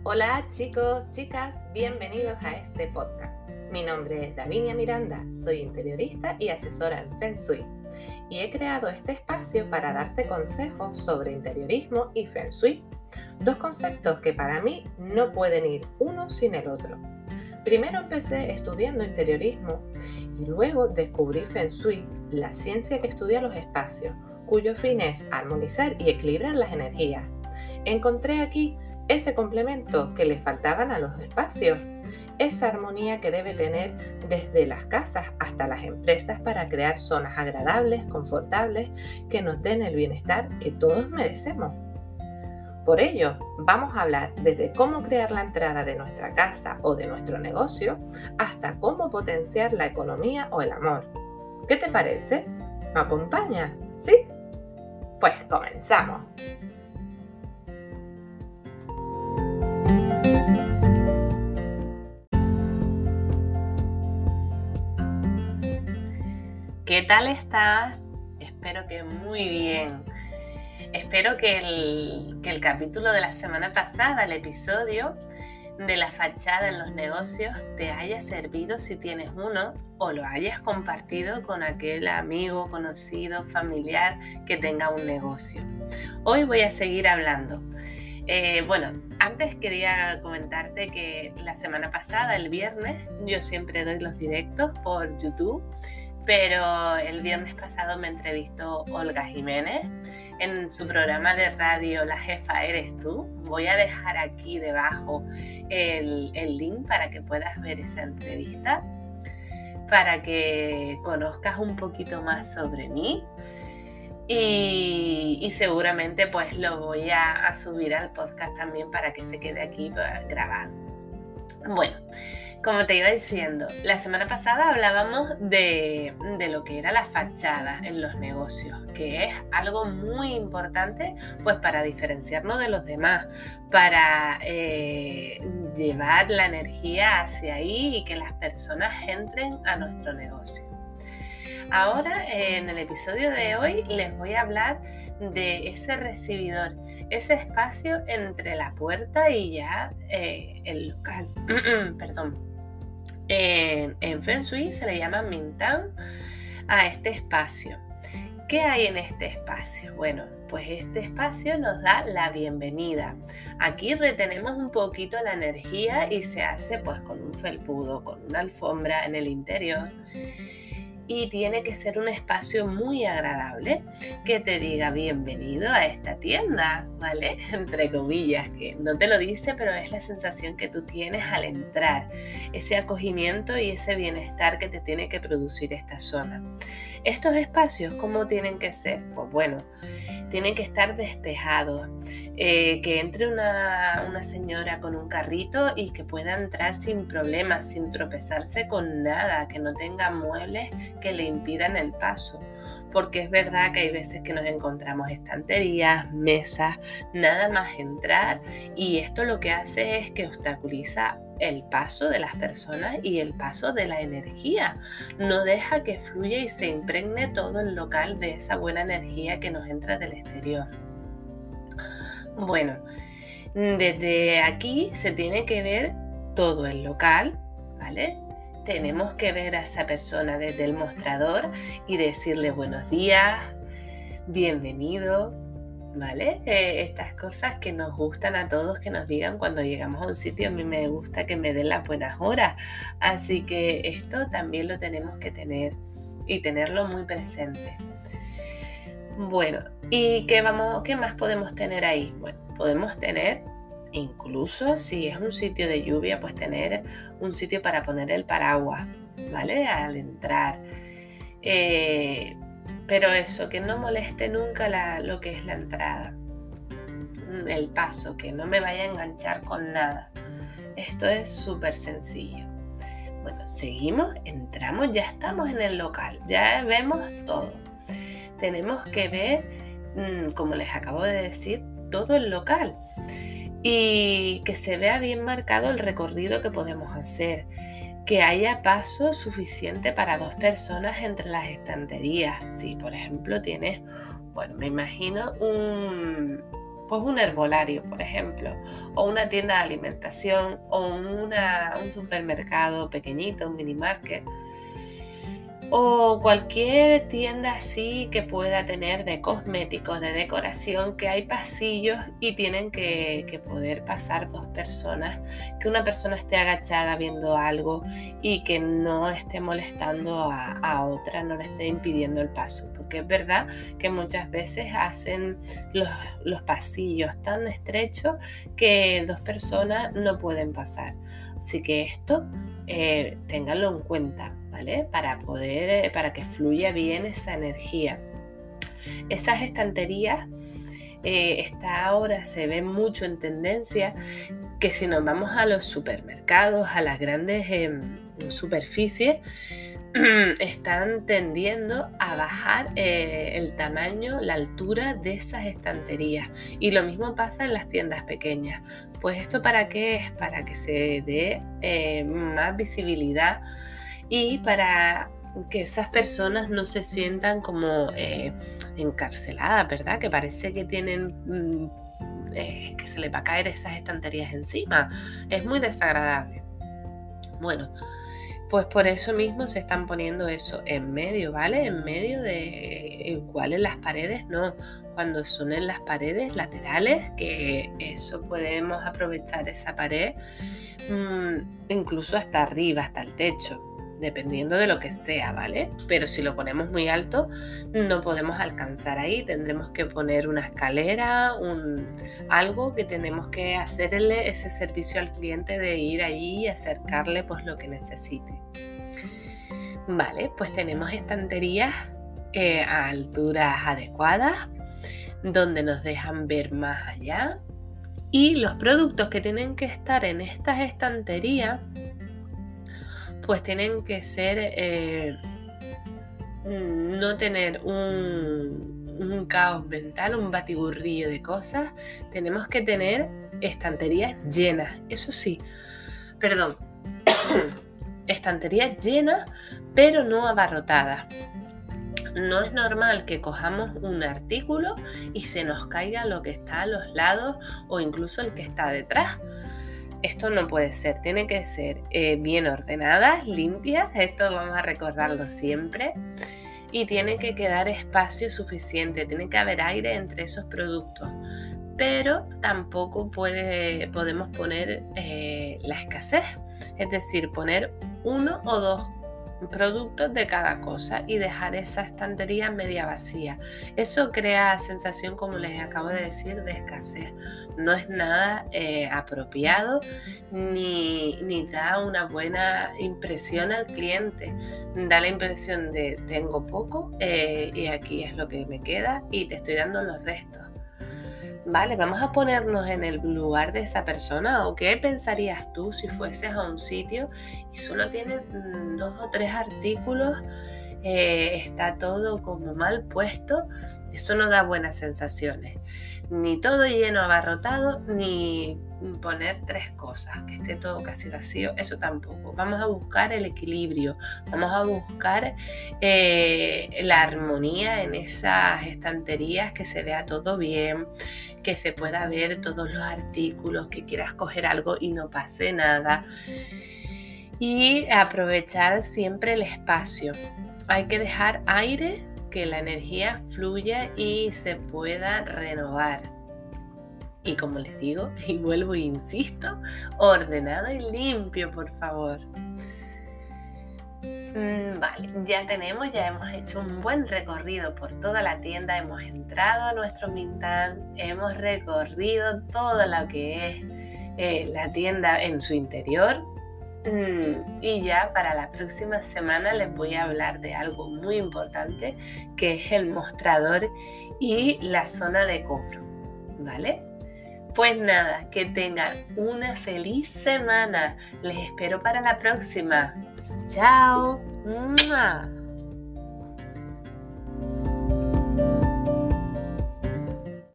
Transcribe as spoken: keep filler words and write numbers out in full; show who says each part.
Speaker 1: Hola chicos, chicas, bienvenidos a este podcast. Mi nombre es Davinia Miranda, soy interiorista y asesora en Feng Shui y he creado este espacio para darte consejos sobre interiorismo y Feng Shui, dos conceptos que para mí no pueden ir uno sin el otro. Primero empecé estudiando interiorismo y luego descubrí Feng Shui, la ciencia que estudia los espacios, cuyo fin es armonizar y equilibrar las energías. Encontré aquí ese complemento que le faltaban a los espacios, esa armonía que debe tener desde las casas hasta las empresas para crear zonas agradables, confortables, que nos den el bienestar que todos merecemos. Por ello, vamos a hablar desde cómo crear la entrada de nuestra casa o de nuestro negocio hasta cómo potenciar la economía o el amor. ¿Qué te parece? ¿Me acompañas? ¿Sí? Pues comenzamos. ¿Qué tal estás? Espero que muy bien. Espero que el, que el capítulo de la semana pasada, el episodio de la fachada en los negocios, te haya servido si tienes uno o lo hayas compartido con aquel amigo, conocido, familiar que tenga un negocio. Hoy voy a seguir hablando. Eh, bueno, antes quería comentarte que la semana pasada, el viernes, yo siempre doy los directos por YouTube, pero el viernes pasado me entrevistó Olga Jiménez en su programa de radio La Jefa Eres Tú. Voy a dejar aquí debajo el, el link para que puedas ver esa entrevista, para que conozcas un poquito más sobre mí. Y, y seguramente pues lo voy a, a subir al podcast también para que se quede aquí grabado. Bueno, como te iba diciendo, la semana pasada hablábamos de, de lo que era la fachada en los negocios, que es algo muy importante pues para diferenciarnos de los demás, para eh, llevar la energía hacia ahí y que las personas entren a nuestro negocio. Ahora, en el episodio de hoy, les voy a hablar de ese recibidor, ese espacio entre la puerta y ya eh, el local. Perdón. En, en Feng Shui se le llama Mingtan a este espacio. ¿Qué hay en este espacio? Bueno, pues este espacio nos da la bienvenida. Aquí retenemos un poquito la energía y se hace pues con un felpudo, con una alfombra en el interior. Y tiene que ser un espacio muy agradable que te diga bienvenido a esta tienda, ¿vale? Entre comillas, que no te lo dice, pero es la sensación que tú tienes al entrar, ese acogimiento y ese bienestar que te tiene que producir esta zona. Estos espacios, ¿cómo tienen que ser? Pues bueno, tienen que estar despejados, eh, que entre una, una señora con un carrito y que pueda entrar sin problemas, sin tropezarse con nada, que no tenga muebles que le impidan el paso, porque es verdad que hay veces que nos encontramos estanterías, mesas, nada más entrar, y esto lo que hace es que obstaculiza el paso de las personas y el paso de la energía. No deja que fluya y se impregne todo el local de esa buena energía que nos entra del exterior. Bueno, desde aquí se tiene que ver todo el local, ¿vale? Tenemos que ver a esa persona desde el mostrador y decirle buenos días, bienvenido, ¿vale? Eh, estas cosas que nos gustan a todos que nos digan cuando llegamos a un sitio. A mí me gusta que me den las buenas horas, así que esto también lo tenemos que tener y tenerlo muy presente. Bueno, ¿y qué, vamos, qué más podemos tener ahí? Bueno, podemos tener, incluso si es un sitio de lluvia, pues tener un sitio para poner el paraguas, ¿vale? Al entrar. Eh, pero eso, que no moleste nunca la, lo que es la entrada, el paso, que no me vaya a enganchar con nada. Esto es súper sencillo. Bueno, seguimos, entramos, ya estamos en el local, ya vemos todo. Tenemos que ver, como les acabo de decir, todo el local y que se vea bien marcado el recorrido que podemos hacer, que haya paso suficiente para dos personas entre las estanterías. Si por ejemplo tienes, bueno, me imagino un, pues un herbolario, por ejemplo, o una tienda de alimentación, o una, un supermercado pequeñito, un mini market, o cualquier tienda así que pueda tener de cosméticos, de decoración, que hay pasillos y tienen que, que poder pasar dos personas, que una persona esté agachada viendo algo y que no esté molestando a, a otra, no le esté impidiendo el paso, porque es verdad que muchas veces hacen los, los pasillos tan estrechos que dos personas no pueden pasar. Así que esto eh, ténganlo en cuenta, ¿vale? Para poder, eh, para que fluya bien esa energía. Esas estanterías, eh, esta ahora se ve mucho en tendencia, que si nos vamos a los supermercados, a las grandes eh, superficies, están tendiendo a bajar eh, el tamaño, la altura de esas estanterías, y lo mismo pasa en las tiendas pequeñas. Pues esto ¿para qué es? Para que se dé eh, más visibilidad y para que esas personas no se sientan como eh, encarceladas, ¿verdad? Que parece que tienen mm, eh, que se les va a caer esas estanterías encima. Es muy desagradable. Bueno, pues por eso mismo se están poniendo eso en medio, ¿vale? En medio de igual en las paredes, no. Cuando son en las paredes laterales, que eso podemos aprovechar esa pared mmm, incluso hasta arriba, hasta el techo, dependiendo de lo que sea, ¿vale? Pero si lo ponemos muy alto, no podemos alcanzar ahí. Tendremos que poner una escalera, un, algo que tenemos que hacerle ese servicio al cliente de ir allí y acercarle pues lo que necesite. Vale, pues tenemos estanterías eh, a alturas adecuadas, donde nos dejan ver más allá. Y los productos que tienen que estar en estas estanterías pues tienen que ser, eh, no tener un, un caos mental, un batiburrillo de cosas. Tenemos que tener estanterías llenas, eso sí, perdón, estanterías llenas, pero no abarrotadas. No es normal que cojamos un artículo y se nos caiga lo que está a los lados o incluso el que está detrás. Esto no puede ser, tiene que ser eh, bien ordenadas, limpias, esto vamos a recordarlo siempre, y tiene que quedar espacio suficiente, tiene que haber aire entre esos productos, pero tampoco puede, podemos poner eh, la escasez, es decir, poner uno o dos productos de cada cosa y dejar esa estantería media vacía. Eso crea sensación, como les acabo de decir, de escasez. No es nada eh, apropiado ni, ni da una buena impresión al cliente. Da la impresión de tengo poco eh, y aquí es lo que me queda y te estoy dando los restos. Vale, vamos a ponernos en el lugar de esa persona. ¿O qué pensarías tú si fueses a un sitio y solo tienes dos o tres artículos? Eh, está todo como mal puesto. Eso no da buenas sensaciones. Ni todo lleno, abarrotado, ni poner tres cosas, que esté todo casi vacío, eso tampoco. Vamos a buscar el equilibrio, vamos a buscar eh, la armonía en esas estanterías, que se vea todo bien, que se pueda ver todos los artículos, que quieras coger algo y no pase nada. Y aprovechar siempre el espacio. Hay que dejar aire, que la energía fluya y se pueda renovar. Y como les digo, y vuelvo e insisto, ordenado y limpio, por favor. Mm, vale, ya tenemos, ya hemos hecho un buen recorrido por toda la tienda, hemos entrado a nuestro Mintan, hemos recorrido todo lo que es eh, la tienda en su interior. Mm, y ya para la próxima semana les voy a hablar de algo muy importante, que es el mostrador y la zona de cobro, ¿vale? Pues nada, que tengan una feliz semana. Les espero para la próxima. ¡Chao! ¡Mua!